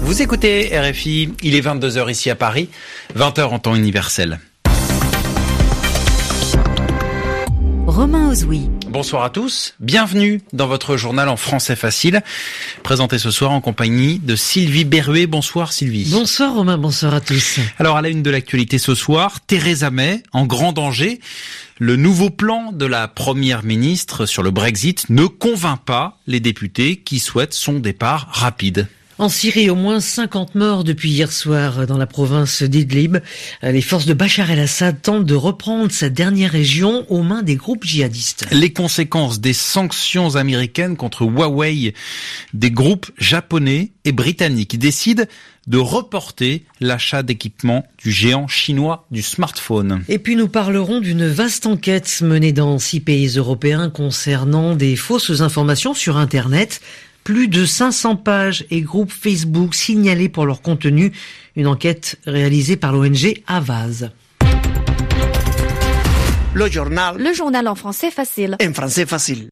Vous écoutez RFI, il est 22h ici à Paris, 20h en temps universel. Romain Ozoui. Bonsoir à tous, bienvenue dans votre journal en français facile, présenté ce soir en compagnie de Sylvie Berruet. Bonsoir Sylvie. Bonsoir Romain, bonsoir à tous. Alors à la une de l'actualité ce soir, Theresa May en grand danger. Le nouveau plan de la première ministre sur le Brexit ne convainc pas les députés qui souhaitent son départ rapide. En Syrie, au moins 50 morts depuis hier soir dans la province d'Idlib. Les forces de Bachar el-Assad tentent de reprendre cette dernière région aux mains des groupes djihadistes. Les conséquences des sanctions américaines contre Huawei, des groupes japonais et britanniques décident de reporter l'achat d'équipements du géant chinois du smartphone. Et puis nous parlerons d'une vaste enquête menée dans 6 pays européens concernant des fausses informations sur Internet. Plus de 500 pages et groupes Facebook signalés pour leur contenu. Une enquête réalisée par l'ONG Havas. Le journal en français facile. En français facile.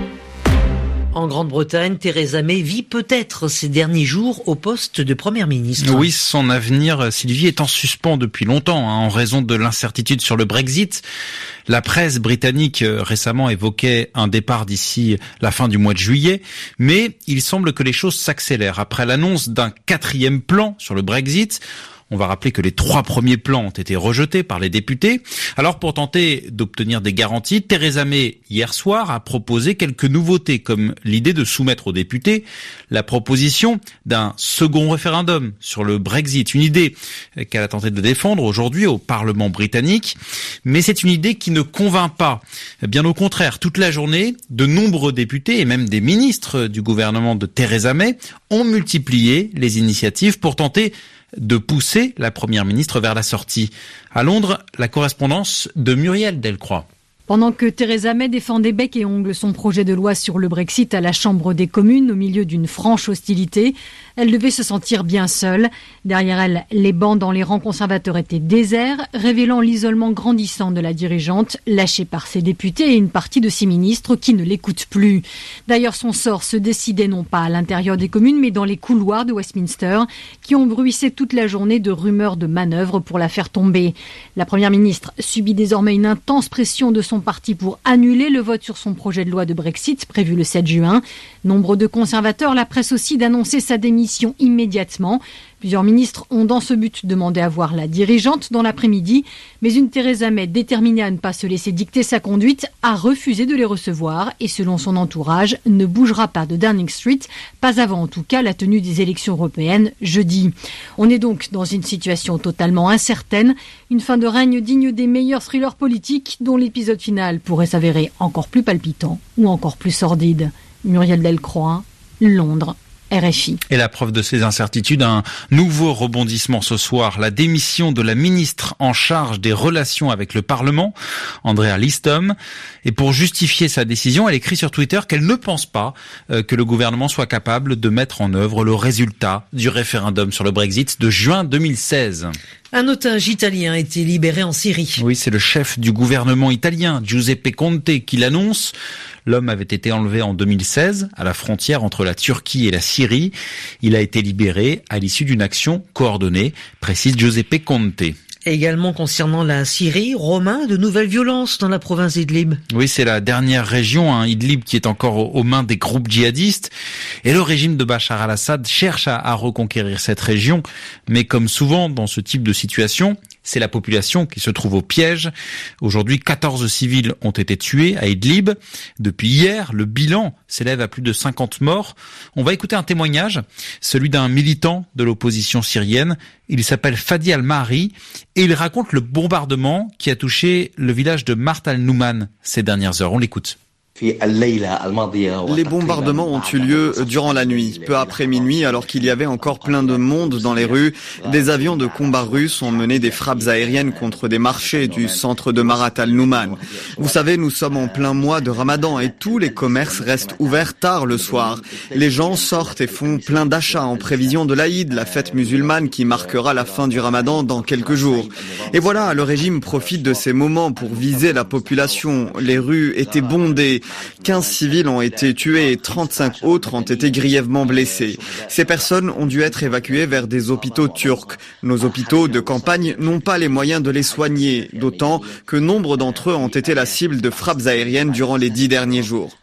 En Grande-Bretagne, Theresa May vit peut-être ces derniers jours au poste de première ministre. Oui, son avenir, Sylvie, est en suspens depuis longtemps en raison de l'incertitude sur le Brexit. La presse britannique récemment évoquait un départ d'ici la fin du mois de juillet, mais il semble que les choses s'accélèrent. Après l'annonce d'un 4e plan sur le Brexit, on va rappeler que les 3 premiers plans ont été rejetés par les députés. Alors pour tenter d'obtenir des garanties, Theresa May, hier soir, a proposé quelques nouveautés, comme l'idée de soumettre aux députés la proposition d'un second référendum sur le Brexit. Une idée qu'elle a tenté de défendre aujourd'hui au Parlement britannique. Mais c'est une idée qui ne convainc pas. Bien au contraire, toute la journée, de nombreux députés et même des ministres du gouvernement de Theresa May ont multiplié les initiatives pour tenter de pousser la première ministre vers la sortie. À Londres, la correspondance de Muriel Delcroix. Pendant que Theresa May défendait bec et ongles son projet de loi sur le Brexit à la Chambre des communes au milieu d'une franche hostilité, elle devait se sentir bien seule. Derrière elle, les bancs dans les rangs conservateurs étaient déserts, révélant l'isolement grandissant de la dirigeante, lâchée par ses députés et une partie de ses ministres qui ne l'écoutent plus. D'ailleurs, son sort se décidait non pas à l'intérieur des communes, mais dans les couloirs de Westminster, qui ont bruissé toute la journée de rumeurs de manœuvres pour la faire tomber. La première ministre subit désormais une intense pression de son parti pour annuler le vote sur son projet de loi de Brexit prévu le 7 juin. Nombre de conservateurs la pressent aussi d'annoncer sa démission immédiatement. Plusieurs ministres ont dans ce but demandé à voir la dirigeante dans l'après-midi, mais une Theresa May déterminée à ne pas se laisser dicter sa conduite a refusé de les recevoir et selon son entourage ne bougera pas de Downing Street, pas avant en tout cas la tenue des élections européennes jeudi. On est donc dans une situation totalement incertaine, une fin de règne digne des meilleurs thrillers politiques dont l'épisode final pourrait s'avérer encore plus palpitant ou encore plus sordide. Muriel Delcroix, Londres. RFI. Et la preuve de ces incertitudes, un nouveau rebondissement ce soir, la démission de la ministre en charge des relations avec le Parlement, Andrea Listom. Et pour justifier sa décision, elle écrit sur Twitter qu'elle ne pense pas que le gouvernement soit capable de mettre en œuvre le résultat du référendum sur le Brexit de juin 2016. Un otage italien a été libéré en Syrie. Oui, c'est le chef du gouvernement italien, Giuseppe Conte, qui l'annonce. L'homme avait été enlevé en 2016 à la frontière entre la Turquie et la Syrie. Il a été libéré à l'issue d'une action coordonnée, précise Giuseppe Conte. Également concernant la Syrie, Romain, de nouvelles violences dans la province d'Idlib. Oui, c'est la dernière région, Idlib, qui est encore aux mains des groupes djihadistes. Et le régime de Bachar el-Assad cherche à reconquérir cette région. Mais comme souvent dans ce type de situation, c'est la population qui se trouve au piège. Aujourd'hui, 14 civils ont été tués à Idlib. Depuis hier, le bilan s'élève à plus de 50 morts. On va écouter un témoignage, celui d'un militant de l'opposition syrienne. Il s'appelle Fadi Al-Mahri et il raconte le bombardement qui a touché le village de Mart al-Nouman ces dernières heures. On l'écoute. Les bombardements ont eu lieu durant la nuit, peu après minuit, alors qu'il y avait encore plein de monde dans les rues. Des avions de combat russes ont mené des frappes aériennes contre des marchés du centre de Mart al-Nouman. Vous savez, nous sommes en plein mois de Ramadan et tous les commerces restent ouverts tard le soir. Les gens sortent et font plein d'achats en prévision de l'Aïd, la fête musulmane qui marquera la fin du Ramadan dans quelques jours. Et voilà, le régime profite de ces moments pour viser la population. Les rues étaient bondées. 15 civils ont été tués et 35 autres ont été grièvement blessés. Ces personnes ont dû être évacuées vers des hôpitaux turcs. Nos hôpitaux de campagne n'ont pas les moyens de les soigner, d'autant que nombre d'entre eux ont été la cible de frappes aériennes durant les 10 derniers jours.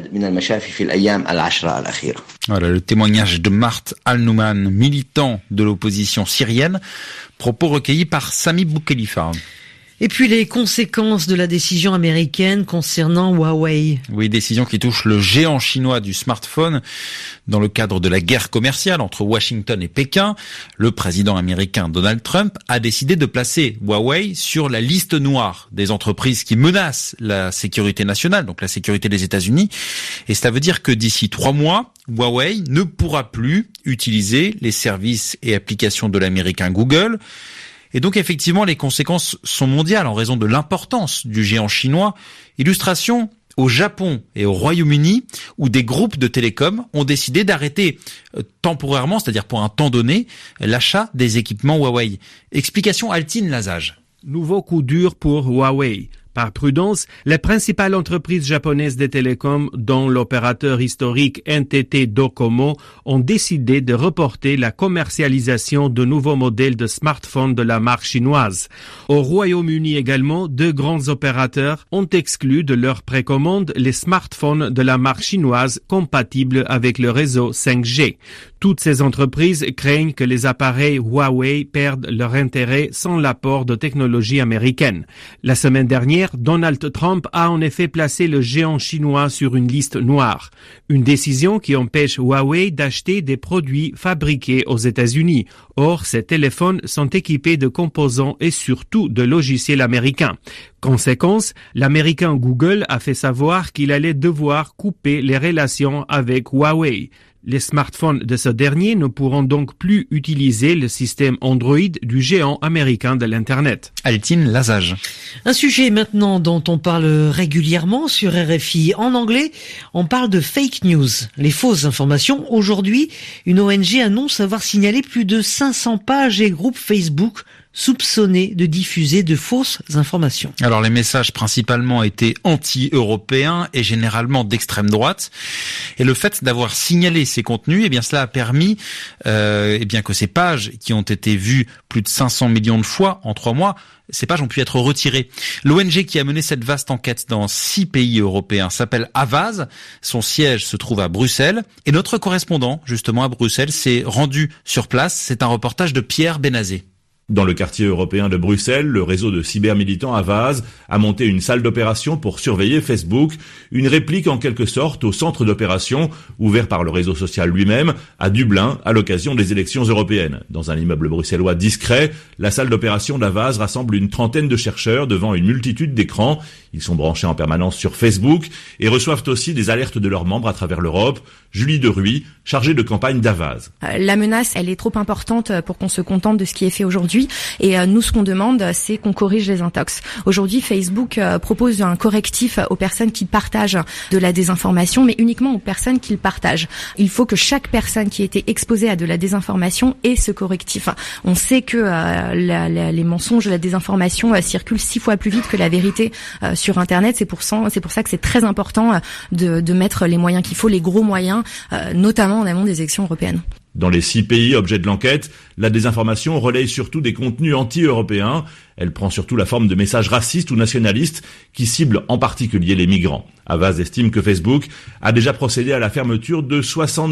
Voilà le témoignage de Mart Al-Nouman, militant de l'opposition syrienne, propos recueillis par Sami Boukhelifa. Et puis les conséquences de la décision américaine concernant Huawei. Oui, décision qui touche le géant chinois du smartphone dans le cadre de la guerre commerciale entre Washington et Pékin. Le président américain Donald Trump a décidé de placer Huawei sur la liste noire des entreprises qui menacent la sécurité nationale, donc la sécurité des États-Unis. Et cela veut dire que d'ici 3 mois, Huawei ne pourra plus utiliser les services et applications de l'américain Google. Et donc effectivement, les conséquences sont mondiales en raison de l'importance du géant chinois. Illustration au Japon et au Royaume-Uni, où des groupes de télécoms ont décidé d'arrêter temporairement, c'est-à-dire pour un temps donné, l'achat des équipements Huawei. Explication Altine Lazage. Nouveau coup dur pour Huawei. Par prudence, les principales entreprises japonaises de télécom, dont l'opérateur historique NTT Docomo, ont décidé de reporter la commercialisation de nouveaux modèles de smartphones de la marque chinoise. Au Royaume-Uni également, 2 grands opérateurs ont exclu de leur précommande les smartphones de la marque chinoise compatibles avec le réseau 5G. Toutes ces entreprises craignent que les appareils Huawei perdent leur intérêt sans l'apport de technologies américaines. La semaine dernière, Donald Trump a en effet placé le géant chinois sur une liste noire. Une décision qui empêche Huawei d'acheter des produits fabriqués aux États-Unis. Or, ces téléphones sont équipés de composants et surtout de logiciels américains. Conséquence, l'américain Google a fait savoir qu'il allait devoir couper les relations avec Huawei. Les smartphones de ce dernier ne pourront donc plus utiliser le système Android du géant américain de l'Internet. Altine Lazage. Un sujet maintenant dont on parle régulièrement sur RFI. En anglais, on parle de fake news, les fausses informations. Aujourd'hui, une ONG annonce avoir signalé plus de 500 pages et groupes Facebook soupçonnés de diffuser de fausses informations. Alors les messages principalement étaient anti-européens et généralement d'extrême droite. Et le fait d'avoir signalé ces contenus, eh bien cela a permis que ces pages qui ont été vues plus de 500 millions de fois en 3 mois, ces pages ont pu être retirées. L'ONG qui a mené cette vaste enquête dans 6 pays européens s'appelle Avaaz. Son siège se trouve à Bruxelles. Et notre correspondant, justement à Bruxelles, s'est rendu sur place. C'est un reportage de Pierre Benazé. Dans le quartier européen de Bruxelles, le réseau de cybermilitants Avaaz a monté une salle d'opération pour surveiller Facebook, une réplique en quelque sorte au centre d'opération ouvert par le réseau social lui-même à Dublin à l'occasion des élections européennes. Dans un immeuble bruxellois discret, la salle d'opération d'Avaaz rassemble une trentaine de chercheurs devant une multitude d'écrans. Ils sont branchés en permanence sur Facebook et reçoivent aussi des alertes de leurs membres à travers l'Europe. Julie Deruy, chargée de campagne d'Avaaz. La menace, elle est trop importante pour qu'on se contente de ce qui est fait aujourd'hui. Et nous, ce qu'on demande, c'est qu'on corrige les intox. Aujourd'hui, Facebook propose un correctif aux personnes qui partagent de la désinformation, mais uniquement aux personnes qui le partagent. Il faut que chaque personne qui a été exposée à de la désinformation ait ce correctif. On sait que les mensonges, la désinformation circulent 6 fois plus vite que la vérité sur Internet. C'est pour ça que c'est très important de mettre les moyens qu'il faut, les gros moyens, notamment en amont des élections européennes. Dans les 6 pays objets de l'enquête, la désinformation relaye surtout des contenus anti-européens. Elle prend surtout la forme de messages racistes ou nationalistes qui ciblent en particulier les migrants. Avaaz estime que Facebook a déjà procédé à la fermeture de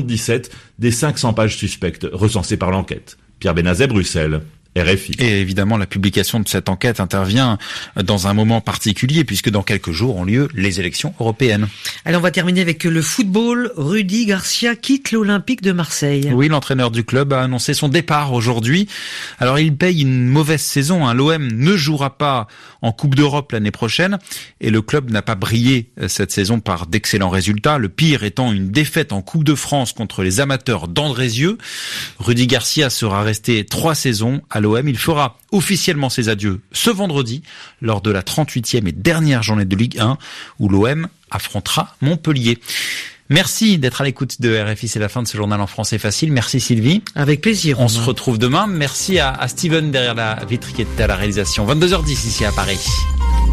77 des 500 pages suspectes recensées par l'enquête. Pierre Benazet, Bruxelles. RFI. Et évidemment, la publication de cette enquête intervient dans un moment particulier puisque dans quelques jours ont lieu les élections européennes. Allez, on va terminer avec le football. Rudy Garcia quitte l'Olympique de Marseille. Oui, l'entraîneur du club a annoncé son départ aujourd'hui. Alors, il paye une mauvaise saison. L'OM ne jouera pas en Coupe d'Europe l'année prochaine et le club n'a pas brillé cette saison par d'excellents résultats. Le pire étant une défaite en Coupe de France contre les amateurs d'Andrézieux. Rudy Garcia sera resté 3 saisons à l'OM. Il fera officiellement ses adieux ce vendredi lors de la 38e et dernière journée de Ligue 1 où l'OM affrontera Montpellier. Merci d'être à l'écoute de RFI, c'est la fin de ce journal en français facile. Merci Sylvie. Avec plaisir. On se retrouve demain. Merci à Steven derrière la vitre qui était à la réalisation. 22h10 ici à Paris.